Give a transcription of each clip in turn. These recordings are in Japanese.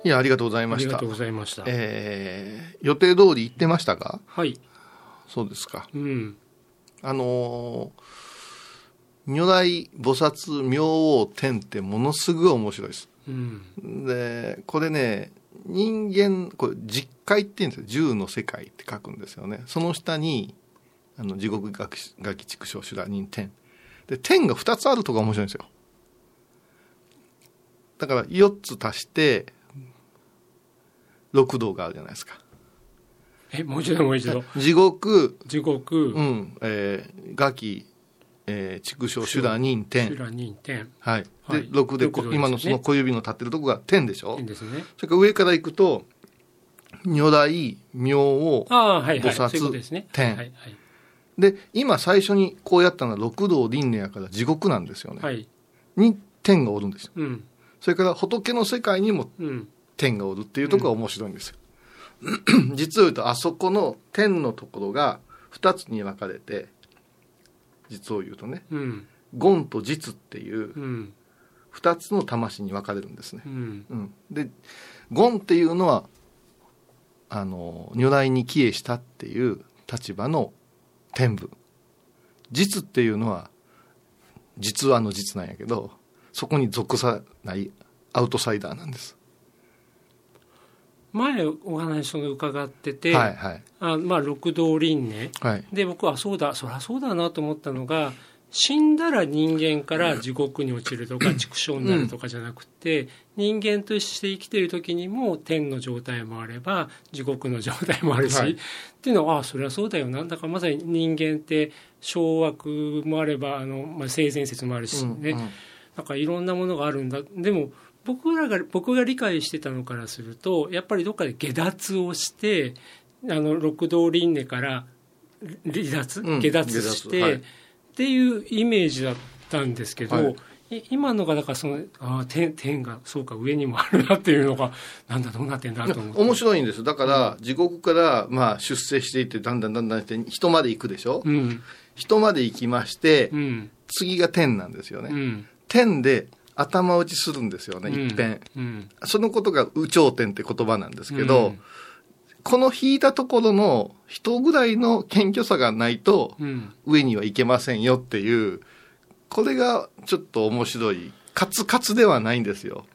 いや、ありがとうございました。 ありがとうございました。 予定通り行ってましたか？ はい。 そうですか。 うん。 如来菩薩明王天ってものすごい面白いです。 うん。 で、これね、人間、これ実界って言うんですよ。十の世界って書くんですよね。その下に、地獄ガキ畜生修羅人天。で、天が2つあるとこが面白いんですよ。だから4つ足して、六道があるじゃないですか。 もう一度。 地獄、 うん、 ガキ、畜生修羅人天。 修羅人天。 はい。で、6で、今のその小指の立ってるとこが天でしょ。 天ですね。 それから上から行くと、如来、明王、 はい、 菩薩、 そういうことですね。 天。 はい。 で、今最初にこうやったのは六道輪廻やから地獄なんですよね。 はい。 に天がおるんですよ。 うん。 それから仏の世界にも天がおるっていうところが面白いんですよ。実を言うと、あそこの天のところが2つに分かれて、実を言うとね、言と実っていう2つの魂に分かれるんですね。で、言っていうのは如来に帰依したっていう立場の天部。実っていうのは実はの実なんやけど、そこに属さないアウトサイダーなんです。 前お話を伺ってて、 はいはい、 六道輪廻、はい、で僕はそりゃそうだなと思ったのが、死んだら人間から地獄に落ちるとか畜生になるとかじゃなくて、人間として生きている時にも天の状態もあれば地獄の状態もあるし、はい、っていうのはそれはそうだよな。だからまさに人間って掌握もあれば性善説もあるしね、なんかいろんなものがあるんだ。でも僕が理解してたのからすると、やっぱりどっかで下脱をして六道輪廻から下脱して、はい、っていうイメージだったんですけど、はい、今のがだから天がそうか上にもあるなっていうのがどうなってんだと思って。 面白いんです。だから、地獄から出世していってだんだんして人まで行くでしょ、人まで行きまして、次が天なんですよね、天で頭打ちするんですよね、一遍、そのことが有頂天って言葉なんですけど、この引いたところの人ぐらいの謙虚さがないと上には行けませんよっていう、これがちょっと面白い。カツではないんですよ。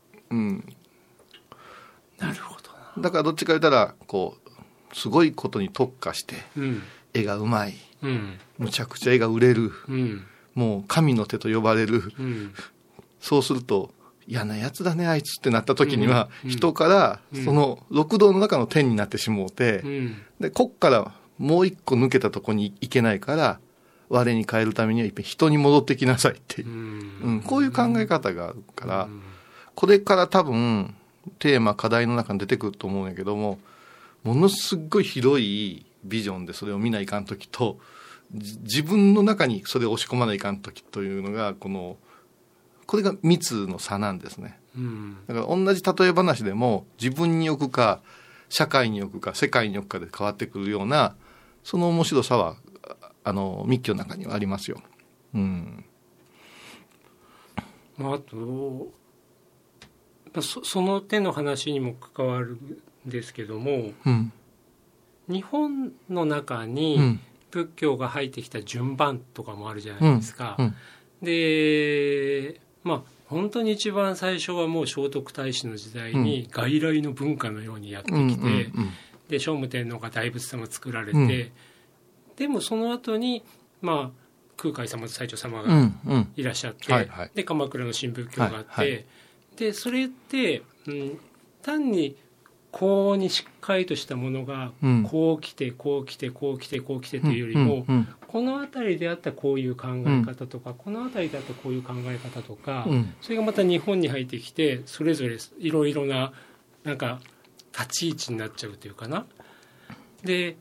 なるほど。 だからどっちか言ったらすごいことに特化して、絵がうまい、むちゃくちゃ絵が売れる、もう神の手と呼ばれる、そうすると嫌なやつだねあいつってなった時には、人からその六道の中の天になってしもうて、でこっからもう一個抜けたとこに行けないから、我に変えるためには人に戻ってきなさいっていう、こういう考え方があるから、これから多分テーマ課題の中に出てくると思うんやけども、ものすごい広いビジョンでそれを見ないかん時と、自分の中にそれを押し込まないかん時というのが、これが密の差なんですね。だから同じ例え話でも、自分に置くか社会に置くか世界に置くかで変わってくるような、その面白さは密教の中にはありますよ。 あとその手の話にも関わるんですけども、日本の中に仏教が入ってきた順番とかもあるじゃないですか。で本当に一番最初はもう聖徳太子の時代に外来の文化のようにやってきて、で聖武天皇が大仏様作られて、でもその後に空海様と最澄様がいらっしゃって、で鎌倉の新仏教があって、でそれって、単にこうにしっかりとしたものがこう来てこう来てこう来てこう来てというよりも、この辺りであったこういう考え方とか、この辺りであったこういう考え方とか、それがまた日本に入ってきて、それぞれいろいろな立ち位置になっちゃうというかな。で、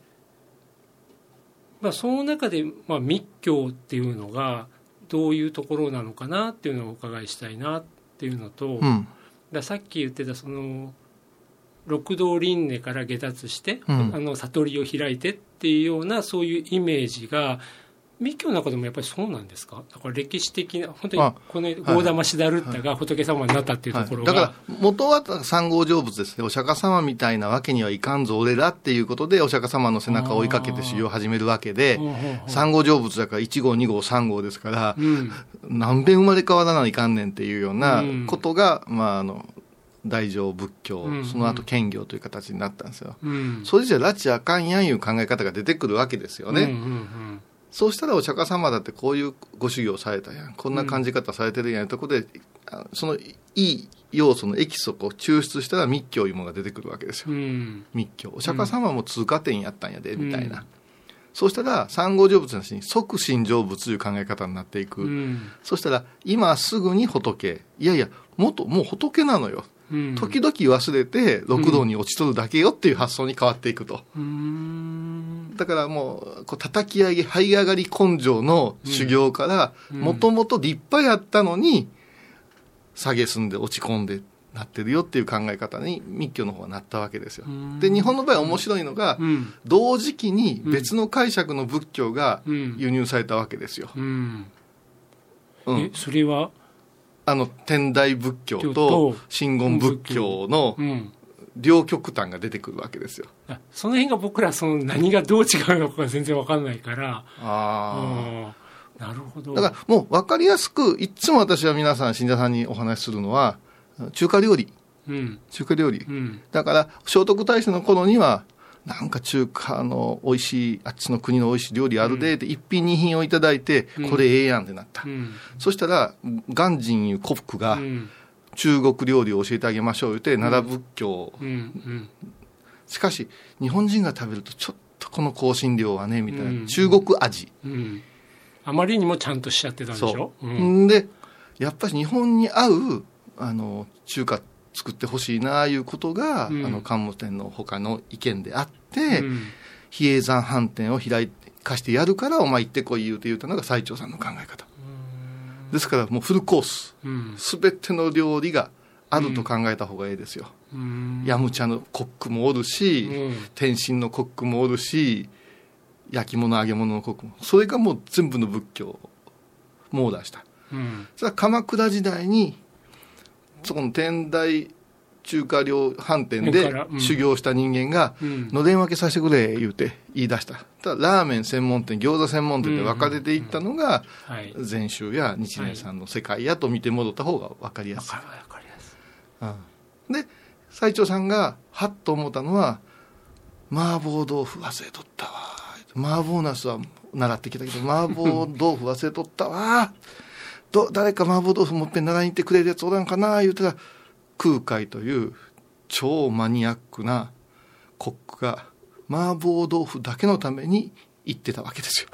その中で密教っていうのがどういうところなのかなっていうのをお伺いしたいなっていうのと、ださっき言ってたその六道輪廻から下脱して、悟りを開いてっていうようなそういうイメージが密教の中でもやっぱりそうなんですか？だから歴史的な本当にこのゴーダマシダルッタが仏様になったっていうところが、 だから元は三号成仏ですね。お釈迦様みたいなわけにはいかんぞ俺らっていうことでお釈迦様の背中を追いかけて修行を始めるわけで、三号成仏だから1号2号3号ですから、何遍生まれ変わらないかんねんっていうようなことが、大乗仏教、その後兼業という形になったんですよ。それじゃ拉致あかんやんいう考え方が出てくるわけですよね。そうしたらお釈迦様だってこういうご修行されたやん、こんな感じ方されてるやんというところで、そのいい要素のエキスを抽出したら密教いうものが出てくるわけですよ。密教、お釈迦様も通過点やったんやでみたいな。そうしたら三号成仏の話に即心成仏という考え方になっていく。そしたら今すぐに仏、いやいやもう仏なのよ。時々忘れて六道に落ちとるだけよっていう発想に変わっていくと。だからもう叩き上げ這い上がり根性の修行からもともと立派やったのに下げすんで落ち込んでなってるよっていう考え方に密教の方はなったわけですよ。で日本の場合は面白いのが、同時期に別の解釈の仏教が輸入されたわけですよ。 それは天台仏教と真言仏教の両極端が出てくるわけですよ。 その辺が僕ら何がどう違うのか全然分かんないから。なるほど。 だからもう分かりやすくいつも私は皆さん信者さんにお話しするのは中華料理、中華料理、だから聖徳太子の頃にはなんか中華の美味しいあっちの国の美味しい料理あるでって一品二品をいただいて、これええやんってなった、そしたら鑑真いうコックが、中国料理を教えてあげましょう言って奈良仏教、しかし日本人が食べるとちょっとこの香辛料はねみたいな、中国味、 あまりにもちゃんとしちゃってたんでしょ。 でやっぱり日本に合う中華作ってほしいなあいうことが、桓武天皇他の意見であって、比叡山飯店を開かしてやるからお前行ってこい言うたのが最澄さんの考え方ですから、もうフルコース、すべての料理があると考えた方がいいですよ。ヤムチャのコックもおるし、天津のコックもおるし、焼き物揚げ物のコックも、それがもう全部の仏教を網羅した。それは鎌倉時代にそこの天台中華料飯店で修行した人間がのれん分けさせてくれ言うて言い出した。ただラーメン専門店、餃子専門店で分かれていったのが禅宗や日蓮さんの世界やと見て戻った方が分かりやすい。で最澄さんがはっと思ったのは、麻婆豆腐忘れとったわ、麻婆茄子は習ってきたけど麻婆豆腐忘れとったわ誰か麻婆豆腐もっぺん習いに行ってくれるやつおらんかな言うたら、空海という超マニアックなコックが麻婆豆腐だけのために行ってたわけですよ。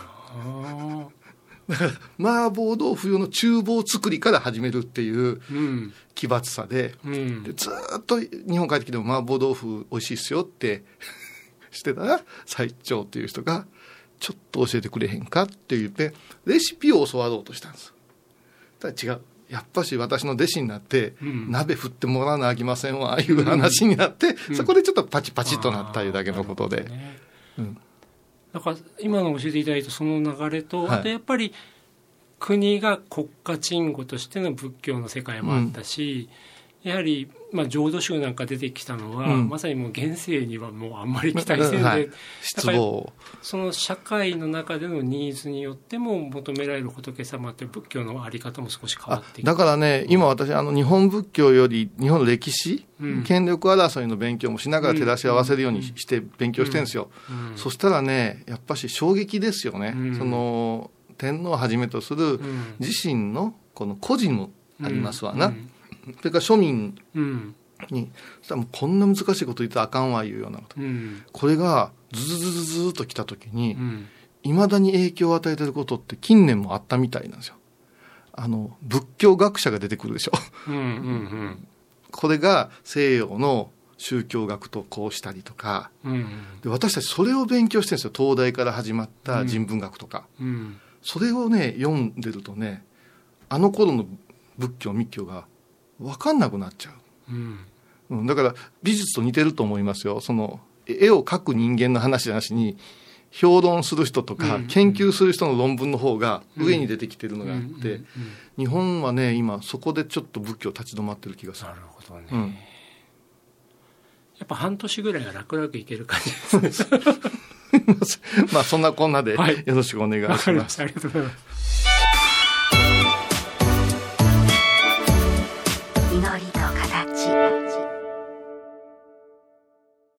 だから麻婆豆腐用の厨房作りから始めるっていう奇抜さで、でずっと日本帰ってきても麻婆豆腐美味しいっすよってしてたら、最澄っていう人がちょっと教えてくれへんかって言ってレシピを教わろうとしたんです。ただ違う、やっぱし私の弟子になって、鍋振ってもらわなあきませんわああいう話になって、そこでちょっとパチパチとなったいうだけのことで、 だから今の教えていただいたその流れと、あとやっぱり国が国家鎮護としての仏教の世界もあったし、やはり、浄土宗なんか出てきたのは、まさにもう現世にはもうあんまり期待せんで、 失望、 その社会の中でのニーズによっても求められる仏様って仏教のあり方も少し変わってきて、 だからね、今私日本仏教より日本の歴史、権力争いの勉強もしながら照らし合わせるようにして勉強してるんですよ。そしたらね、やっぱし衝撃ですよね。その天皇をはじめとする自身のこの個人もありますわな、それから庶民に、そしたらもうこんな難しいこと言ったらあかんわいうようなこと、これがズズズズズーっときたときに、いまだに影響を与えていることって近年もあったみたいなんですよ。仏教学者が出てくるでしょ、これが西洋の宗教学とこうしたりとか、で私たちそれを勉強してるんですよ。東大から始まった人文学とか、それをね読んでるとね、あの頃の仏教密教が分かんなくなっちゃう、だから美術と似てると思いますよ。その絵を描く人間の話じゃなしに評論する人とか研究する人の論文の方が上に出てきてるのがあって、日本はね今そこでちょっと仏教立ち止まってる気がする。 なるほどね、やっぱ半年ぐらいは楽々いける感じですねまあそんなこんなでよろしくお願いします。 ありがとうございます。